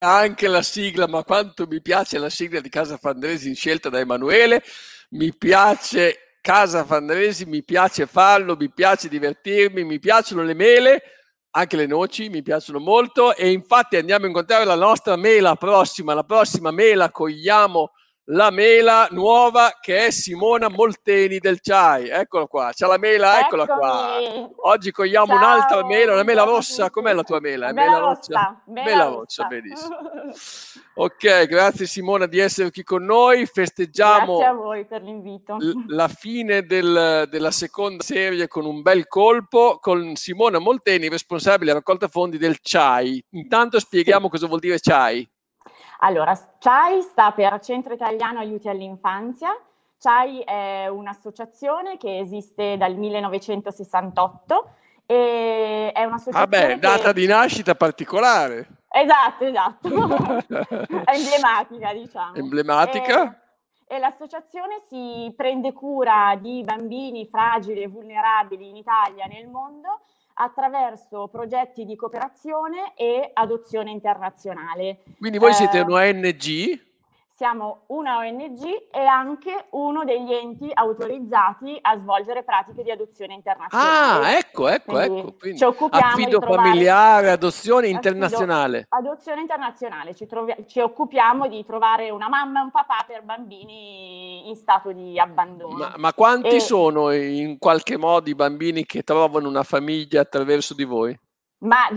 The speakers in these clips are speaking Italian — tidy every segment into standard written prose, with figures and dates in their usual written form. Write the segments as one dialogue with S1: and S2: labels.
S1: anche la sigla, ma quanto mi piace la sigla di Casa Fandresi scelta da Emanuele. Mi piace Casa Fandresi, mi piace farlo, mi piace divertirmi, mi piacciono le mele, anche le noci mi piacciono molto, e infatti andiamo a incontrare la nostra mela prossima, la prossima mela, cogliamo la mela nuova che è Simona Molteni del CHAI. Eccola qua, c'è la mela, eccola qua.
S2: Eccomi.
S1: Oggi cogliamo un'altra mela,
S2: Ciao,
S1: una mela
S2: buongiorno a
S1: rossa.
S2: tutti.
S1: Com'è la tua mela? È
S2: Mela
S1: mela rossa?
S2: rossa, mela
S1: Mela rossa,
S2: rossa.
S1: benissimo. Ok, grazie Simona di essere qui con noi.
S2: Grazie a
S1: Festeggiamo
S2: voi per l'invito.
S1: la fine della seconda serie con un bel colpo con Simona Molteni, responsabile raccolta fondi del CHAI. Intanto
S2: Sì.
S1: spieghiamo cosa vuol dire CHAI.
S2: Allora, CHAI sta per Centro Italiano Aiuti all'Infanzia. CHAI è un'associazione che esiste dal 1968 e è
S1: Vabbè,
S2: un'associazione
S1: data
S2: che...
S1: di nascita particolare.
S2: Esatto, esatto. È emblematica, diciamo.
S1: Emblematica.
S2: E l'associazione si prende cura di bambini fragili e vulnerabili in Italia e nel mondo attraverso progetti di cooperazione e adozione internazionale.
S1: Quindi voi siete una ONG?
S2: Siamo una ONG e anche uno degli enti autorizzati a svolgere pratiche di adozione internazionale.
S1: Ah, ecco.
S2: Quindi
S1: Quindi
S2: ci occupiamo di
S1: affido
S2: trovare
S1: familiare, adozione internazionale.
S2: adozione internazionale, ci occupiamo di trovare una mamma e un papà per bambini in stato di abbandono.
S1: Ma quanti
S2: E
S1: sono in qualche modo i bambini che trovano una famiglia attraverso di voi?
S2: Ma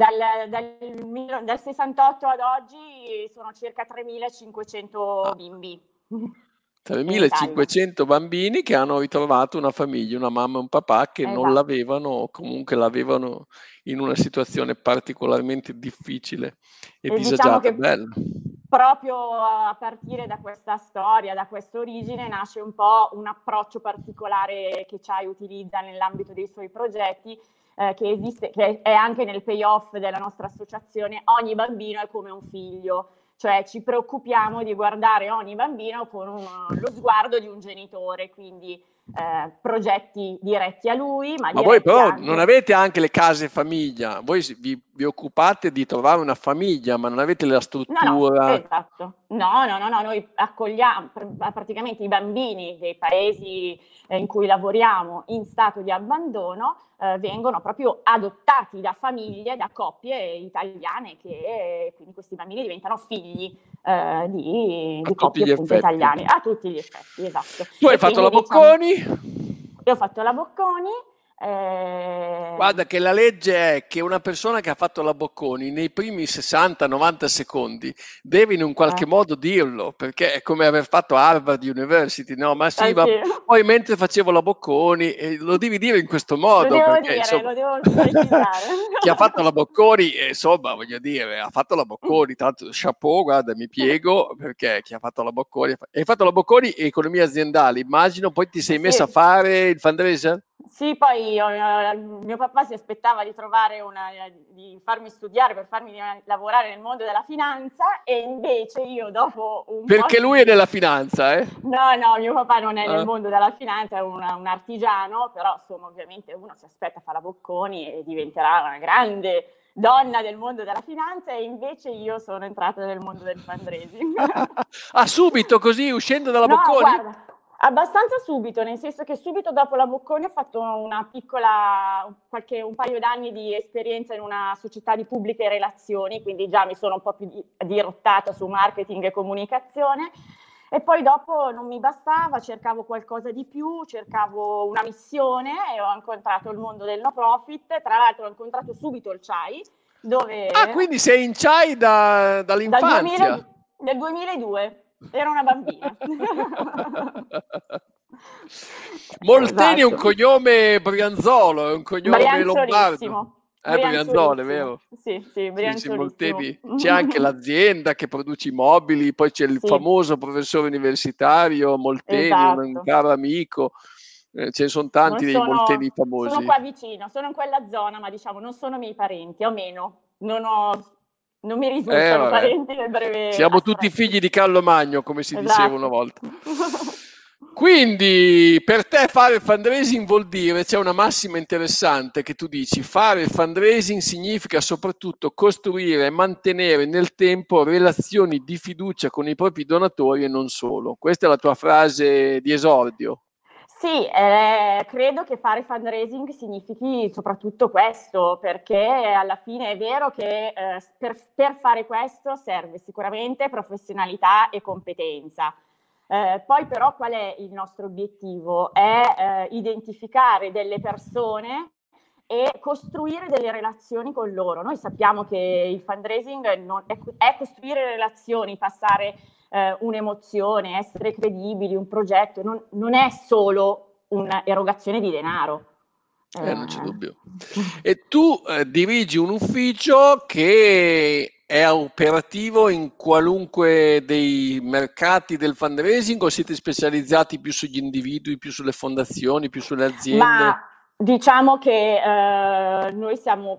S2: dal 68 ad oggi sono circa 3.500
S1: Ah,
S2: bimbi in Italia.
S1: 3.500 bambini che hanno ritrovato una famiglia, una mamma e un papà che non
S2: Esatto.
S1: l'avevano o comunque l'avevano in una situazione particolarmente difficile e
S2: E diciamo
S1: disagiata.
S2: che
S1: Bello.
S2: proprio a partire da questa storia, da questa origine, nasce un po' un approccio particolare che CHAI utilizza nell'ambito dei suoi progetti, che esiste, che è anche nel payoff della nostra associazione. Ogni bambino è come un figlio, cioè ci preoccupiamo di guardare ogni bambino con lo sguardo di un genitore, quindi progetti diretti a lui, ma
S1: Ma voi
S2: diretti
S1: però non
S2: anche...
S1: avete anche le case famiglia, voi vi occupate di trovare una famiglia, ma non avete la
S2: No,
S1: struttura.
S2: esatto. No, noi accogliamo praticamente i bambini dei paesi in cui lavoriamo in stato di abbandono, vengono proprio adottati da famiglie, da coppie italiane che quindi questi bambini diventano figli
S1: A
S2: di
S1: tutti
S2: coppie
S1: gli
S2: appunto
S1: effetti.
S2: italiane, a tutti gli effetti, esatto.
S1: Tu hai
S2: E
S1: fatto
S2: quindi
S1: la
S2: diciamo,
S1: Bocconi?
S2: io ho fatto la Bocconi,
S1: Guarda che la legge è che una persona che ha fatto la Bocconi nei primi 60-90 secondi deve in un qualche
S2: eh,
S1: modo dirlo, perché è come aver fatto Harvard University, no? Ma sì, ma
S2: sì.
S1: poi mentre facevo la Bocconi, lo devi dire in questo
S2: Lo
S1: modo,
S2: devo
S1: perché
S2: dire,
S1: insomma,
S2: lo devo precisare.
S1: chi ha fatto la Bocconi, insomma, voglio dire, ha fatto la Bocconi, tanto chapeau, guarda, mi piego, perché chi ha fatto la Bocconi, hai fatto la Bocconi economia aziendale, immagino, poi ti sei messo a
S2: Sì,
S1: fare il fundraiser?
S2: sì, poi mio papà si aspettava di trovare di farmi studiare per farmi lavorare nel mondo della finanza e invece io dopo un po'
S1: Perché lui è nella finanza, eh?
S2: No, mio papà non è nel
S1: Ah.
S2: mondo della finanza, è un artigiano, però insomma ovviamente uno si aspetta a fare la Bocconi e diventerà una grande donna del mondo della finanza e invece io sono entrata nel mondo del fundraising.
S1: Ah, subito così, uscendo dalla
S2: No,
S1: Bocconi?
S2: guarda, abbastanza subito, nel senso che subito dopo la Bocconi ho fatto una piccola, un paio d'anni di esperienza in una società di pubbliche relazioni, quindi già mi sono un po' più dirottata su marketing e comunicazione. E poi dopo non mi bastava, cercavo qualcosa di più, cercavo una missione e ho incontrato il mondo del no profit. Tra l'altro ho incontrato subito il CHAI, dove
S1: Ah, quindi sei in CHAI
S2: dal
S1: dall'infanzia.
S2: del 2002 ero una bambina.
S1: Molteni è un
S2: Esatto.
S1: cognome brianzolo, è un cognome lombardo.
S2: Brianzolissimo,
S1: Brianzolo, è
S2: brianzolissimo.
S1: vero?
S2: Sì,
S1: Sì,
S2: brianzolissimo.
S1: Molteni. C'è anche l'azienda che produce i mobili, poi c'è il
S2: Sì,
S1: famoso professore universitario Molteni, un
S2: esatto.
S1: caro amico. Ce ne sono
S2: Non
S1: tanti dei Molteni
S2: sono
S1: famosi.
S2: qua vicino, sono in quella zona, ma diciamo non sono miei parenti, o meno. Non mi risultano
S1: Vabbè.
S2: parenti nel breve
S1: Siamo tutti
S2: astretto.
S1: figli di Carlo Magno, come si diceva una
S2: Esatto.
S1: volta. Quindi per te fare il fundraising vuol dire, c'è una massima interessante che tu dici, fare il fundraising significa soprattutto costruire e mantenere nel tempo relazioni di fiducia con i propri donatori e non solo. Questa è la tua frase di esordio.
S2: Sì, credo che fare fundraising significhi soprattutto questo, perché alla fine è vero che per fare questo serve sicuramente professionalità e competenza. Poi però qual è il nostro obiettivo? È identificare delle persone e costruire delle relazioni con loro. Noi sappiamo che il fundraising è costruire relazioni, passare un'emozione, essere credibili, un progetto, non è solo un'erogazione di denaro.
S1: Non c'è dubbio. E tu dirigi un ufficio che è operativo in qualunque dei mercati del fundraising o siete specializzati più sugli individui, più sulle fondazioni, più sulle aziende?
S2: Ma diciamo che noi siamo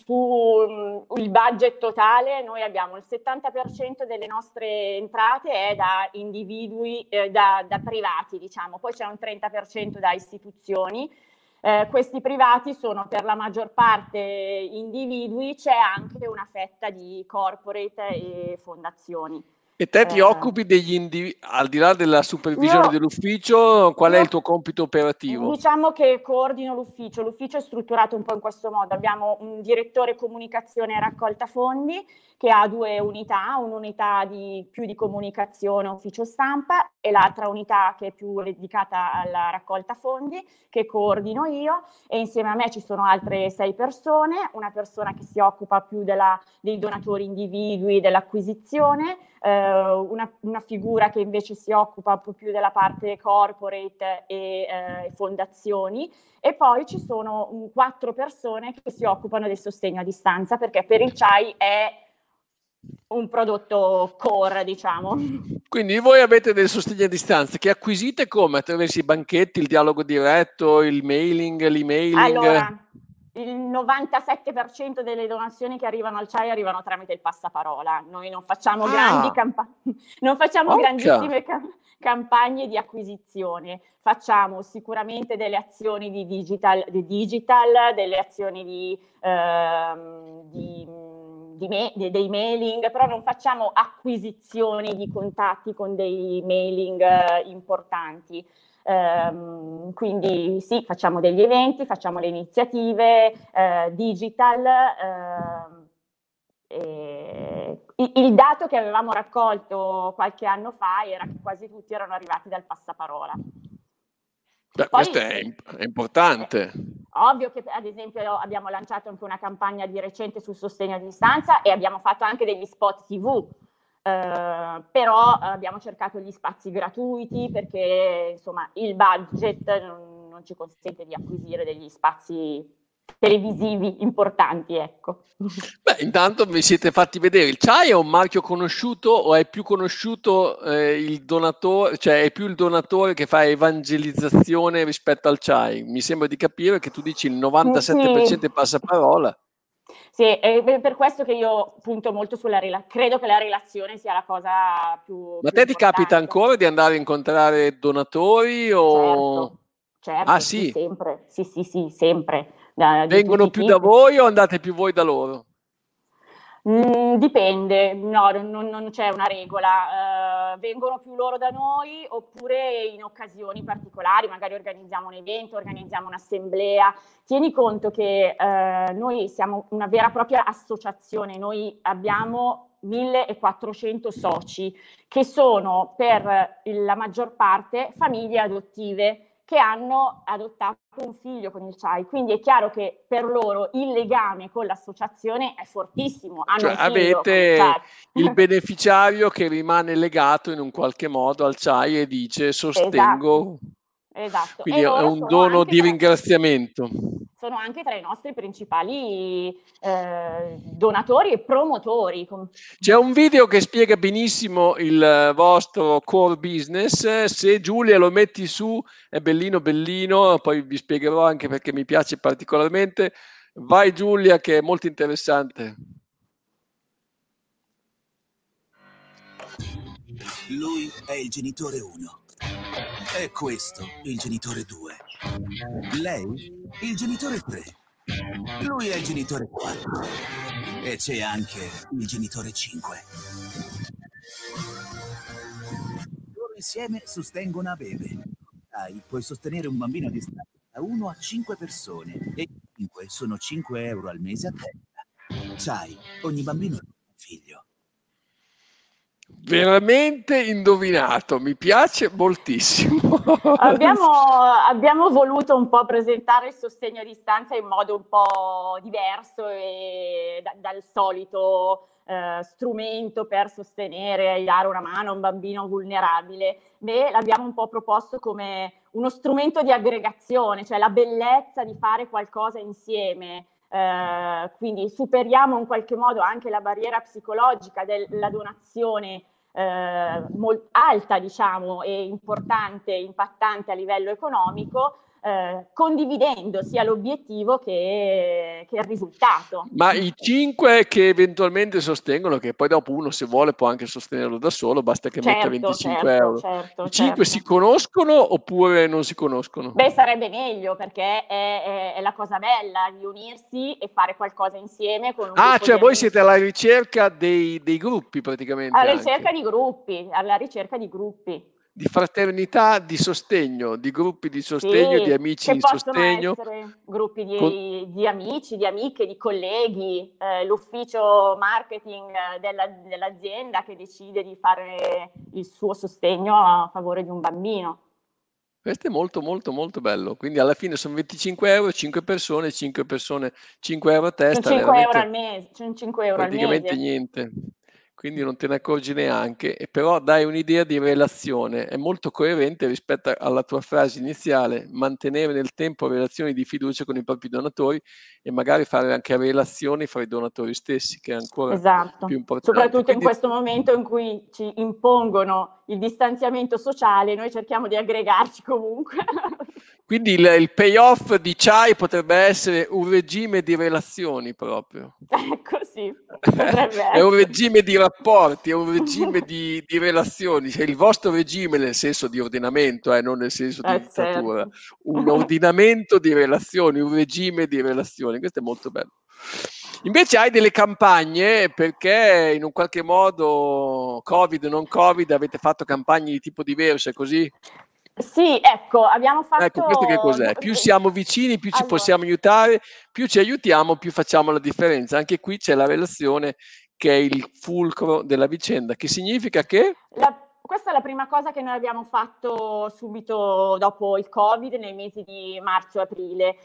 S2: sul budget totale, noi abbiamo il 70% delle nostre entrate è da individui, da privati, diciamo, poi c'è un 30% da istituzioni. Questi privati sono per la maggior parte individui, c'è anche una fetta di corporate e fondazioni.
S1: E te ti occupi degli individui, al di là della supervisione dell'ufficio, qual è il tuo compito operativo?
S2: Diciamo che coordino l'ufficio è strutturato un po' in questo modo, abbiamo un direttore comunicazione e raccolta fondi che ha 2 unità, un'unità più di comunicazione, ufficio stampa e l'altra unità che è più dedicata alla raccolta fondi che coordino io e insieme a me ci sono altre 6 persone, una persona che si occupa più dei donatori individui, dell'acquisizione, una figura che invece si occupa un po' più della parte corporate e fondazioni e poi ci sono 4 persone che si occupano del sostegno a distanza perché per il CHAI è un prodotto core, diciamo.
S1: Quindi voi avete del sostegno a distanza che acquisite come? Attraverso i banchetti, il dialogo diretto, il mailing, l'emailing?
S2: Allora, il 97% delle donazioni che arrivano al CHAI arrivano tramite il passaparola. Noi non facciamo grandissime campagne di acquisizione. Facciamo sicuramente delle azioni di digital, delle azioni dei mailing, però non facciamo acquisizioni di contatti con dei mailing importanti. Quindi sì, facciamo degli eventi, facciamo le iniziative digital. Il dato che avevamo raccolto qualche anno fa era che quasi tutti erano arrivati dal passaparola.
S1: Beh, questo è importante.
S2: Ovvio che ad esempio abbiamo lanciato anche una campagna di recente sul sostegno a distanza e abbiamo fatto anche degli spot TV. Però abbiamo cercato gli spazi gratuiti perché insomma il budget non ci consente di acquisire degli spazi televisivi importanti, ecco.
S1: Beh, intanto vi siete fatti vedere. Il CHAI è un marchio conosciuto o è più conosciuto il donatore, cioè è più il donatore che fa evangelizzazione rispetto al CHAI? Mi sembra di capire che tu dici il 97% è passaparola.
S2: Sì, è per questo che io punto molto sulla credo che la relazione sia la cosa più
S1: Ma te ti
S2: importante.
S1: capita ancora di andare a incontrare donatori o...
S2: Certo,
S1: Ah, sì?
S2: sempre. Sì, sempre.
S1: Vengono più da voi o andate più voi da loro?
S2: Dipende, no, non c'è una regola. Vengono più loro da noi oppure in occasioni particolari, magari organizziamo un evento, organizziamo un'assemblea. Tieni conto che noi siamo una vera e propria associazione, noi abbiamo 1400 soci che sono per la maggior parte famiglie adottive che hanno adottato un figlio con il CHAI, quindi è chiaro che per loro il legame con l'associazione è fortissimo. Hanno un figlio
S1: avete il beneficiario che rimane legato in un qualche modo al CHAI e dice sostengo.
S2: Esatto.
S1: Quindi è un dono di ringraziamento.
S2: Sono anche tra i nostri principali donatori e promotori.
S1: C'è un video che spiega benissimo il vostro core business. Se Giulia lo metti su è bellino, poi vi spiegherò anche perché mi piace particolarmente. Vai Giulia, che è molto interessante.
S3: Lui è il genitore 1, È questo il genitore 2. Lei il genitore 3. Lui è il genitore 4. E c'è anche il genitore 5. Loro insieme sostengono a bere. Dai, puoi sostenere un bambino a distanza da 1 a 5 persone. E 5 sono 5 euro al mese a testa. Sai, ogni bambino è un figlio.
S1: Veramente indovinato, mi piace moltissimo.
S2: Abbiamo voluto un po' presentare il sostegno a distanza in modo un po' diverso e dal solito strumento per sostenere e dare una mano a un bambino vulnerabile. Beh, l'abbiamo un po' proposto come uno strumento di aggregazione, cioè la bellezza di fare qualcosa insieme. Quindi superiamo in qualche modo anche la barriera psicologica della donazione molto alta, diciamo, e importante, impattante a livello economico, condividendo sia l'obiettivo che il risultato.
S1: Ma i 5 che eventualmente sostengono, che poi dopo uno se vuole può anche sostenerlo da solo, basta che metta 25 euro. I 5 si conoscono oppure non si conoscono?
S2: Beh, sarebbe meglio, perché è la cosa bella di unirsi e fare qualcosa insieme con un gruppo
S1: cioè
S2: di
S1: voi
S2: amici.
S1: siete alla ricerca dei gruppi praticamente.
S2: Alla ricerca di gruppi.
S1: Di fraternità, di sostegno, di gruppi di sostegno,
S2: sì,
S1: di amici
S2: che
S1: di
S2: possono
S1: sostegno.
S2: essere gruppi di amici, di amiche, di colleghi, l'ufficio marketing dell'azienda che decide di fare il suo sostegno a favore di un bambino.
S1: Questo è molto molto molto bello, quindi alla fine sono 25 euro, 5 persone, 5 euro a testa.
S2: Sono 5 euro al mese, sono 5 euro al mese.
S1: Praticamente niente, quindi non te ne accorgi neanche, però dai un'idea di relazione, è molto coerente rispetto alla tua frase iniziale, mantenere nel tempo relazioni di fiducia con i propri donatori e magari fare anche relazioni fra i donatori stessi, che è ancora più importante.
S2: Soprattutto quindi, in questo momento in cui ci impongono il distanziamento sociale, noi cerchiamo di aggregarci comunque.
S1: Quindi il payoff di CHAI potrebbe essere un regime di relazioni proprio.
S2: Ecco, sì, potrebbe
S1: è un regime di rapporti, è un regime di relazioni, cioè il vostro regime nel senso di ordinamento, non nel senso di dittatura, certo. Un ordinamento di relazioni, un regime di relazioni, questo è molto bello. Invece hai delle campagne perché in un qualche modo Covid, non Covid, avete fatto campagne di tipo diverso, è così?
S2: Sì, ecco, abbiamo fatto...
S1: Ecco, questo che cos'è? Più siamo vicini, più ci possiamo aiutare, più ci aiutiamo, più facciamo la differenza. Anche qui c'è la relazione che è il fulcro della vicenda, che significa che...
S2: Questa è la prima cosa che noi abbiamo fatto subito dopo il Covid, nei mesi di marzo e aprile.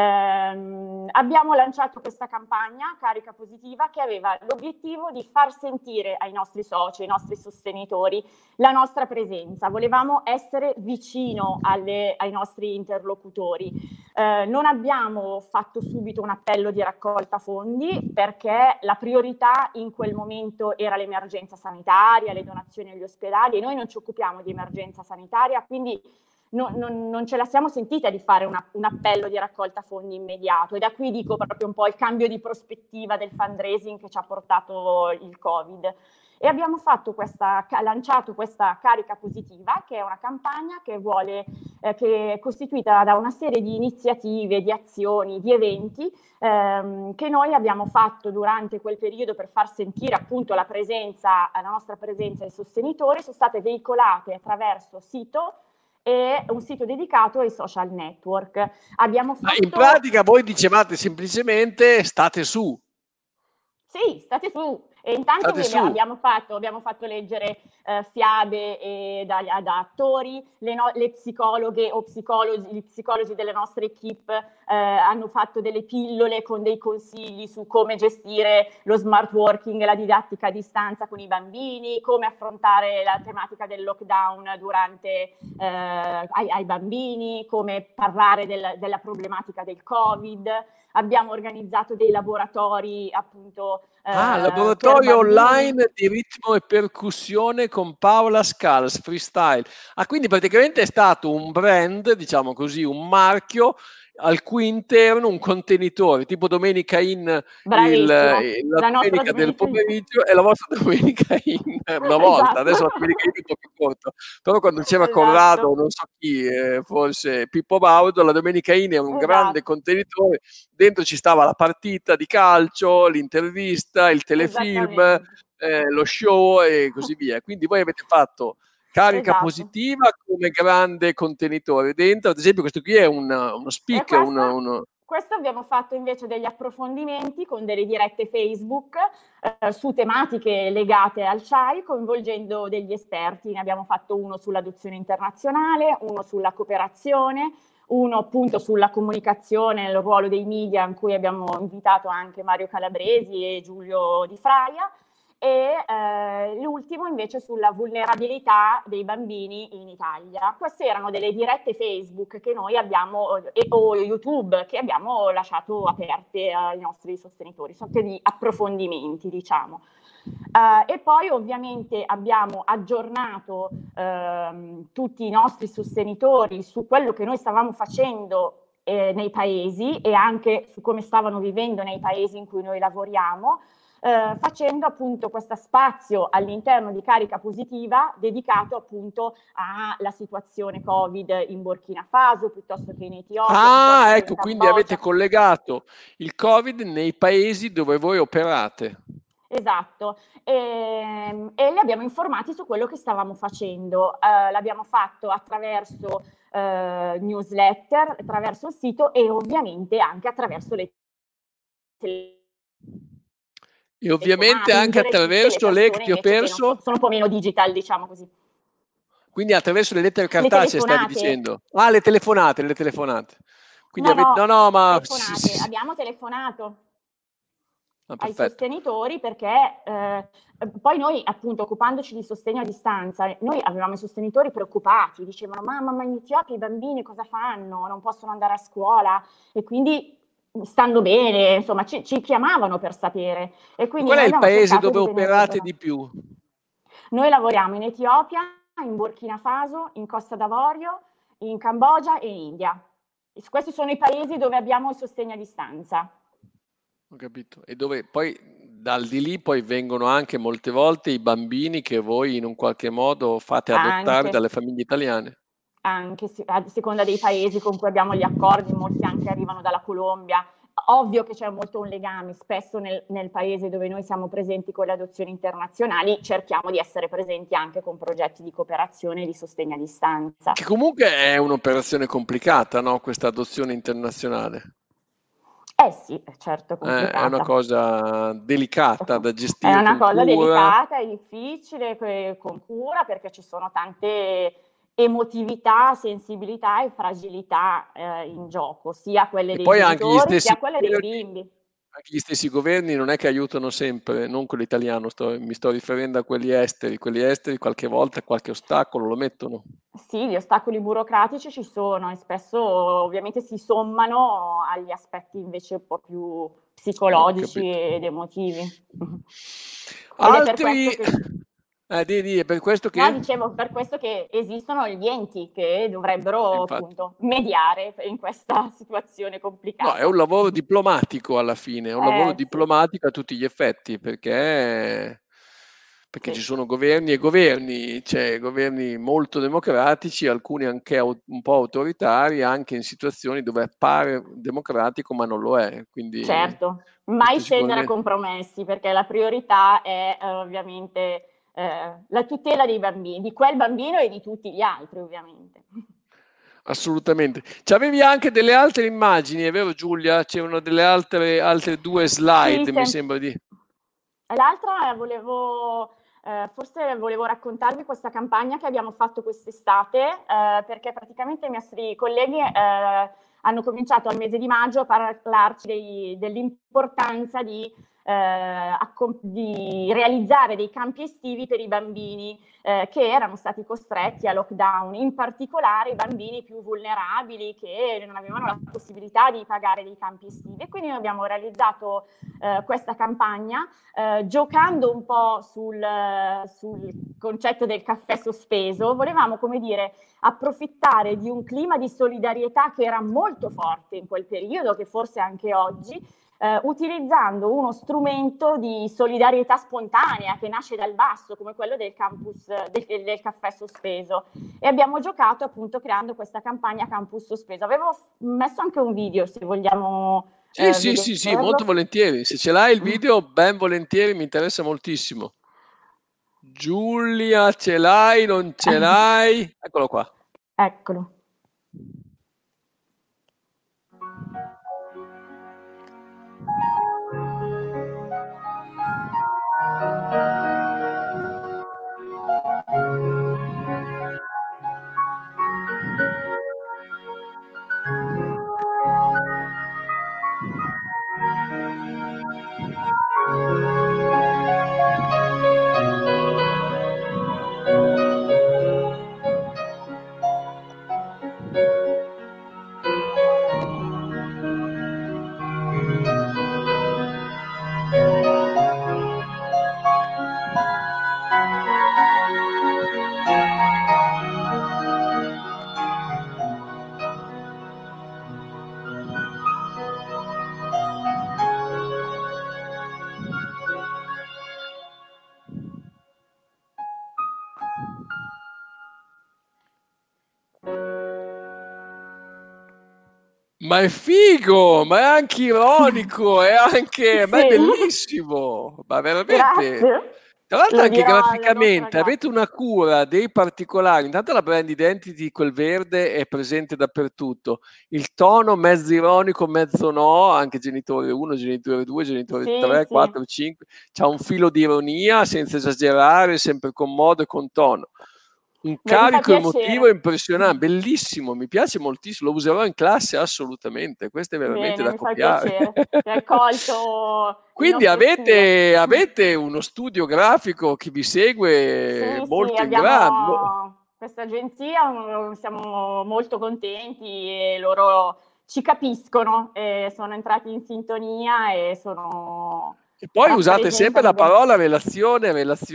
S2: Abbiamo lanciato questa campagna Carica Positiva che aveva l'obiettivo di far sentire ai nostri soci, ai nostri sostenitori la nostra presenza. Volevamo essere vicino ai nostri interlocutori. Non abbiamo fatto subito un appello di raccolta fondi perché la priorità in quel momento era l'emergenza sanitaria, le donazioni agli ospedali, e noi non ci occupiamo di emergenza sanitaria, quindi non ce la siamo sentita di fare un appello di raccolta fondi immediato, e da qui dico proprio un po' il cambio di prospettiva del fundraising che ci ha portato il Covid. E abbiamo lanciato questa Carica Positiva, che è una campagna che è costituita da una serie di iniziative, di azioni, di eventi che noi abbiamo fatto durante quel periodo per far sentire appunto la nostra presenza ai sostenitori. Sono state veicolate attraverso sito e un sito dedicato ai social network.
S1: Ma in pratica voi dicevate semplicemente state su.
S2: Sì, state su. E intanto abbiamo fatto leggere fiabe da attori, le psicologhe o gli psicologi delle nostre equip hanno fatto delle pillole con dei consigli su come gestire lo smart working, la didattica a distanza con i bambini, come affrontare la tematica del lockdown ai bambini, come parlare della problematica del Covid. Abbiamo organizzato dei laboratori appunto
S1: laboratorio online di ritmo e percussione con Paola Scals Freestyle. Quindi praticamente è stato un brand, diciamo così, un marchio al cui interno un contenitore, tipo Domenica In
S2: Bravissimo,
S1: la domenica del pomeriggio e la vostra Domenica In una volta,
S2: Esatto.
S1: adesso la Domenica In è un po' più corta, però quando c'era
S2: Esatto.
S1: Corrado, non so chi, forse Pippo Baudo, la Domenica In è un grande
S2: Esatto.
S1: contenitore, dentro ci stava la partita di calcio, l'intervista, il telefilm,
S2: Esattamente.
S1: lo show e così via. Quindi voi avete fatto carica
S2: Esatto.
S1: positiva come grande contenitore. Dentro, ad esempio, questo qui è uno speaker,
S2: Questo abbiamo fatto invece degli approfondimenti con delle dirette Facebook su tematiche legate al CHAI, coinvolgendo degli esperti. Ne abbiamo fatto uno sull'adozione internazionale, uno sulla cooperazione, uno appunto sulla comunicazione, il ruolo dei media, in cui abbiamo invitato anche Mario Calabresi e Giulio Di Fraia, e l'ultimo invece sulla vulnerabilità dei bambini in Italia. Queste erano delle dirette Facebook che noi abbiamo, o YouTube, che abbiamo lasciato aperte ai nostri sostenitori, sorte di approfondimenti, diciamo. E poi ovviamente abbiamo aggiornato tutti i nostri sostenitori su quello che noi stavamo facendo nei paesi e anche su come stavano vivendo nei paesi in cui noi lavoriamo, facendo appunto questo spazio all'interno di Carica Positiva dedicato appunto alla situazione Covid in Burkina Faso, piuttosto che in Etiopia.
S1: Ah, ecco, quindi avete collegato il Covid nei paesi dove voi operate.
S2: Esatto, e li abbiamo informati su quello che stavamo facendo. L'abbiamo fatto attraverso newsletter, attraverso il sito e ovviamente anche attraverso le
S1: e ovviamente anche attraverso le che ti ho perso
S2: sono un po' meno digital, diciamo così.
S1: Quindi attraverso le lettere cartacee stavi dicendo? Ah, le telefonate. Quindi
S2: no, ma telefonate. Abbiamo telefonato ai sostenitori perché poi noi appunto occupandoci di sostegno a distanza, noi avevamo i sostenitori preoccupati, dicevano mamma ma in Etiopia i bambini cosa fanno? Non possono andare a scuola e quindi stanno bene, insomma ci chiamavano per sapere. E quindi
S1: qual è il paese dove operate di più?
S2: Noi lavoriamo in Etiopia, in Burkina Faso, in Costa d'Avorio, in Cambogia e in India. Questi sono i paesi dove abbiamo il sostegno a distanza.
S1: Ho capito. E dove poi dal di lì poi vengono anche molte volte i bambini che voi in un qualche modo fate adottare dalle famiglie italiane.
S2: Anche a seconda dei paesi con cui abbiamo gli accordi, molti anche arrivano dalla Colombia. Ovvio che c'è molto un legame, spesso nel paese dove noi siamo presenti con le adozioni internazionali cerchiamo di essere presenti anche con progetti di cooperazione e di sostegno a distanza.
S1: Che comunque è un'operazione complicata, no? Questa adozione internazionale.
S2: Sì, certo, complicata.
S1: È una cosa delicata da gestire.
S2: È una cosa delicata e difficile con cura perché ci sono tante emotività, sensibilità e fragilità in gioco, sia quelle dei genitori sia quelle dei bimbi.
S1: Anche gli stessi governi non è che aiutano sempre, non quello italiano, mi sto riferendo a quelli esteri qualche volta qualche ostacolo lo mettono.
S2: Sì, gli ostacoli burocratici ci sono e spesso ovviamente si sommano agli aspetti invece un po' più psicologici ed emotivi.
S1: Altri... per questo che...
S2: No, dicevo, per questo che esistono gli enti che dovrebbero appunto mediare in questa situazione complicata.
S1: No, è un lavoro diplomatico alla fine, è un lavoro diplomatico a tutti gli effetti, perché ci sono governi e governi, cioè governi molto democratici, alcuni anche un po' autoritari, anche in situazioni dove appare democratico ma non lo è. Quindi
S2: certo, mai scendere a compromessi, perché la priorità è ovviamente la tutela dei bambini, di quel bambino e di tutti gli altri ovviamente.
S1: Assolutamente. C'avevi anche delle altre immagini, è vero Giulia? C'erano delle altre due slide, mi sembra di...
S2: L'altra forse volevo raccontarvi questa campagna che abbiamo fatto quest'estate, perché praticamente i nostri colleghi hanno cominciato al mese di maggio a parlarci dell'importanza di realizzare dei campi estivi per i bambini che erano stati costretti a lockdown, in particolare i bambini più vulnerabili che non avevano la possibilità di pagare dei campi estivi. E quindi noi abbiamo realizzato questa campagna giocando un po' sul concetto del caffè sospeso, volevamo, come dire, approfittare di un clima di solidarietà che era molto forte in quel periodo, che forse anche oggi, utilizzando uno strumento di solidarietà spontanea che nasce dal basso, come quello del campus del caffè sospeso. E abbiamo giocato appunto creando questa campagna Campus Sospeso. Avevo messo anche un video, se vogliamo.
S1: Sì, molto volentieri. Se ce l'hai il video, ben volentieri, mi interessa moltissimo. Giulia, ce l'hai, non ce l'hai? Eccolo qua.
S2: Eccolo.
S1: Ma è figo, ma è anche ironico, ma è bellissimo, ma veramente.
S2: Grazie.
S1: Tra l'altro anche
S2: Lo
S1: graficamente avete una cura dei particolari, intanto la brand identity, quel verde è presente dappertutto, il tono mezzo ironico, mezzo no, anche genitore 1, genitore 2, genitore 3, 4, 5, c'ha un filo di ironia senza esagerare, sempre con modo e con tono. Un carico emotivo impressionante, bellissimo, mi piace moltissimo, lo userò in classe assolutamente, questo è veramente da copiare.
S2: Raccolto.
S1: Quindi avete uno studio grafico che vi segue molto in grande.
S2: Questa agenzia, siamo molto contenti e loro ci capiscono, sono entrati in sintonia e sono...
S1: E poi usate sempre la parola relazione,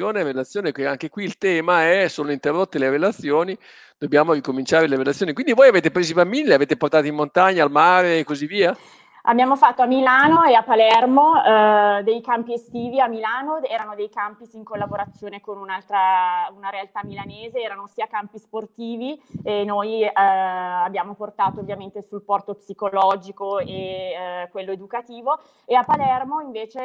S1: che anche qui il tema è: sono interrotte le relazioni, dobbiamo ricominciare le relazioni. Quindi voi avete preso i bambini, li avete portati in montagna, al mare e così via?
S2: Abbiamo fatto a Milano e a Palermo dei campi estivi. A Milano erano dei campus in collaborazione con una realtà milanese, erano sia campi sportivi e noi abbiamo portato ovviamente il supporto psicologico e quello educativo, e a Palermo invece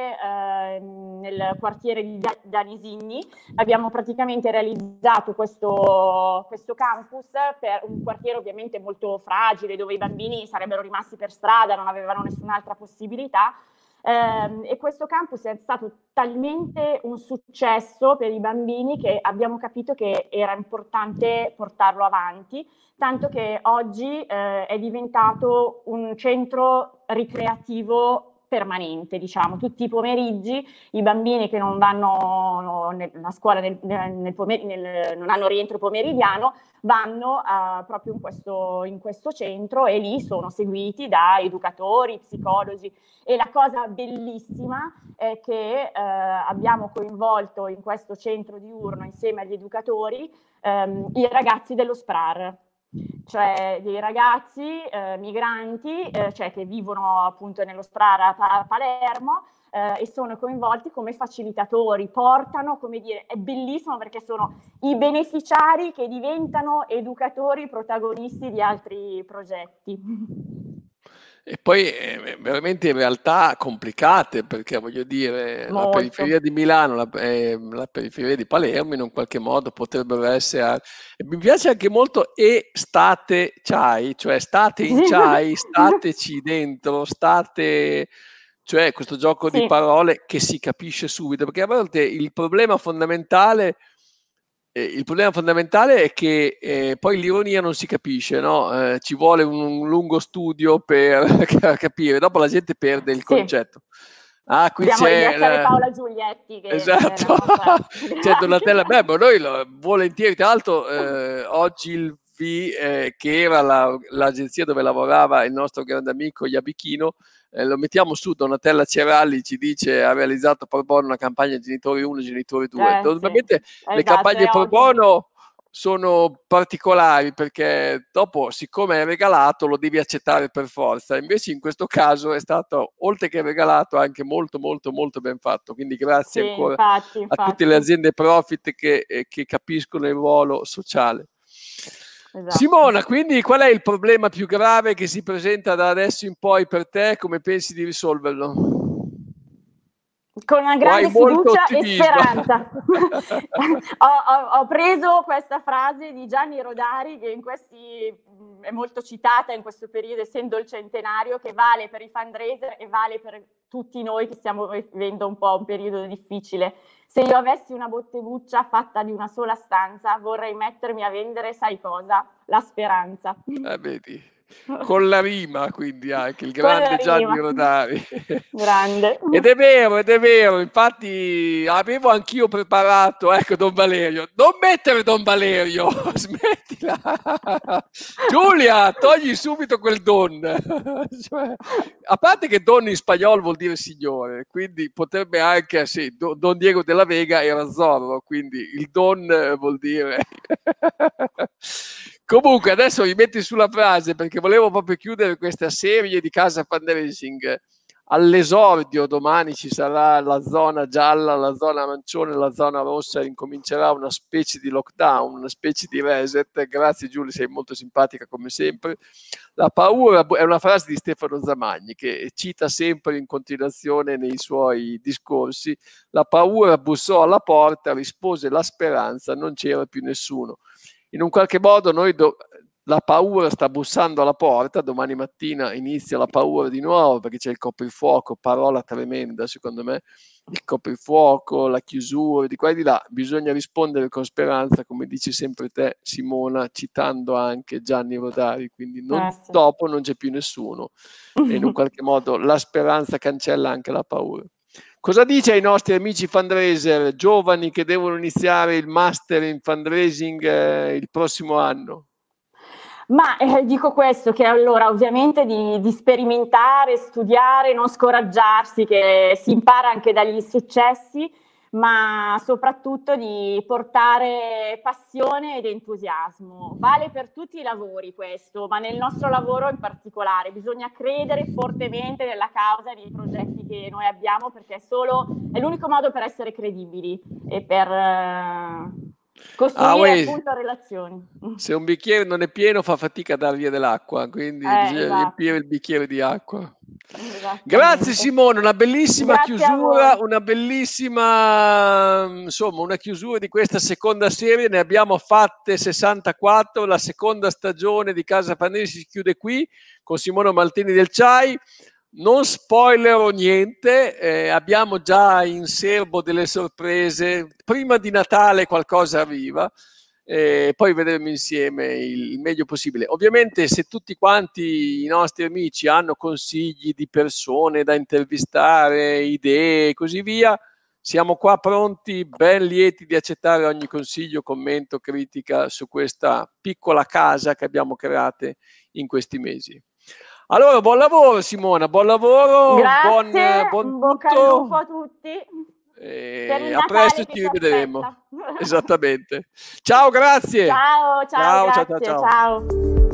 S2: nel quartiere di Danisigni abbiamo praticamente realizzato questo campus per un quartiere ovviamente molto fragile, dove i bambini sarebbero rimasti per strada, non avevano nessun'altra possibilità, e questo campus è stato talmente un successo per i bambini che abbiamo capito che era importante portarlo avanti, tanto che oggi è diventato un centro ricreativo permanente, diciamo. Tutti i pomeriggi i bambini che non vanno a scuola non hanno rientro pomeridiano, vanno proprio in questo centro e lì sono seguiti da educatori, psicologi, e la cosa bellissima è che abbiamo coinvolto in questo centro diurno, insieme agli educatori, i ragazzi dello SPRAR, cioè dei ragazzi migranti, cioè che vivono appunto nello SPRAR a Palermo, e sono coinvolti come facilitatori, portano, come dire, è bellissimo perché sono i beneficiari che diventano educatori protagonisti di altri progetti.
S1: E poi veramente in realtà complicate, perché voglio dire, la periferia di Milano, la periferia di Palermo in un qualche modo potrebbero essere... Mi piace anche molto state CHAI, cioè state in CHAI, stateci dentro, cioè questo gioco di parole che si capisce subito, perché a volte il problema fondamentale è che poi l'ironia non si capisce, no? Ci vuole un lungo studio per capire, dopo la gente perde il concetto. Qui
S2: dobbiamo ringraziare Paola Giulietti, che
S1: esatto. C'è Donatella Berbo, noi volentieri, tra l'altro oggi il che era l'agenzia dove lavorava il nostro grande amico Iabichino. Lo mettiamo su, Donatella Ceralli ci dice ha realizzato pro bono una campagna genitori 1, genitori 2. Normalmente
S2: sì,
S1: le
S2: esatto,
S1: campagne pro
S2: ovvio.
S1: bono sono particolari perché dopo, siccome è regalato, lo devi accettare per forza. Invece in questo caso è stato, oltre che regalato, anche molto molto molto ben fatto. Quindi grazie
S2: Sì,
S1: ancora
S2: infatti.
S1: a tutte le aziende profit che capiscono il ruolo sociale.
S2: Esatto.
S1: Simona, quindi qual è il problema più grave che si presenta da adesso in poi per te? Come pensi di risolverlo?
S2: Con una
S1: O hai
S2: grande
S1: molto
S2: fiducia e
S1: ottimismo?
S2: speranza. Ho preso questa frase di Gianni Rodari, che è molto citata in questo periodo, essendo il centenario, che vale per i fundraiser e vale per tutti noi che stiamo vivendo un po' un periodo difficile. Se io avessi una botteguccia fatta di una sola stanza, vorrei mettermi a vendere, sai cosa? La speranza.
S1: Vedi. Con la rima, quindi anche il
S2: Con la
S1: grande Gianni
S2: rima.
S1: Rodari.
S2: Grande.
S1: Ed è vero, infatti avevo anch'io preparato, ecco Don Valerio, non mettere Don Valerio, smettila. Giulia, togli subito quel Don. Cioè, a parte che Don in spagnolo vuol dire signore, quindi potrebbe anche, sì, Don Diego della Vega era Zorro, quindi il Don vuol dire... Comunque adesso mi metti sulla frase perché volevo proprio chiudere questa serie di Casa Fundraising. All'esordio domani ci sarà la zona gialla, la zona arancione, la zona rossa, incomincerà una specie di lockdown, una specie di reset. Grazie Giulia, sei molto simpatica come sempre. La paura è una frase di Stefano Zamagni che cita sempre in continuazione nei suoi discorsi. La paura bussò alla porta, rispose la speranza, non c'era più nessuno. In un qualche modo la paura sta bussando alla porta, domani mattina inizia la paura di nuovo perché c'è il coprifuoco, parola tremenda secondo me, il coprifuoco, la chiusura, di qua e di là, bisogna rispondere con speranza, come dici sempre te Simona, citando anche Gianni Rodari, quindi
S2: Sì.
S1: dopo non c'è più nessuno e in un qualche modo la speranza cancella anche la paura. Cosa dice ai nostri amici fundraiser giovani che devono iniziare il master in fundraising il prossimo anno?
S2: Ma dico questo, che allora ovviamente di sperimentare, studiare, non scoraggiarsi, che si impara anche dagli successi, ma soprattutto di portare passione ed entusiasmo. Vale per tutti i lavori questo, ma nel nostro lavoro in particolare bisogna credere fortemente nella causa e nei progetti che noi abbiamo, perché è l'unico modo per essere credibili e per costruire appunto relazioni.
S1: Se un bicchiere non è pieno fa fatica a dar via dell'acqua, quindi bisogna riempire il bicchiere di acqua. Grazie Simone, una bellissima chiusura, una bellissima, insomma, una chiusura di questa seconda serie. Ne abbiamo fatte 64, la seconda stagione di Casa Fundraising si chiude qui con Simone Maltini del CHAI. Non spoilerò niente, abbiamo già in serbo delle sorprese. Prima di Natale qualcosa arriva. Poi vedremo insieme il meglio possibile. Ovviamente se tutti quanti i nostri amici hanno consigli di persone da intervistare, idee e così via, siamo qua pronti, ben lieti di accettare ogni consiglio, commento, critica su questa piccola casa che abbiamo create in questi mesi. Allora, buon lavoro Simona, buon lavoro,
S2: grazie,
S1: buon
S2: bocca al lupo a tutti.
S1: A presto ci rivedremo. Esattamente. Ciao, grazie.
S2: Ciao, grazie, ciao.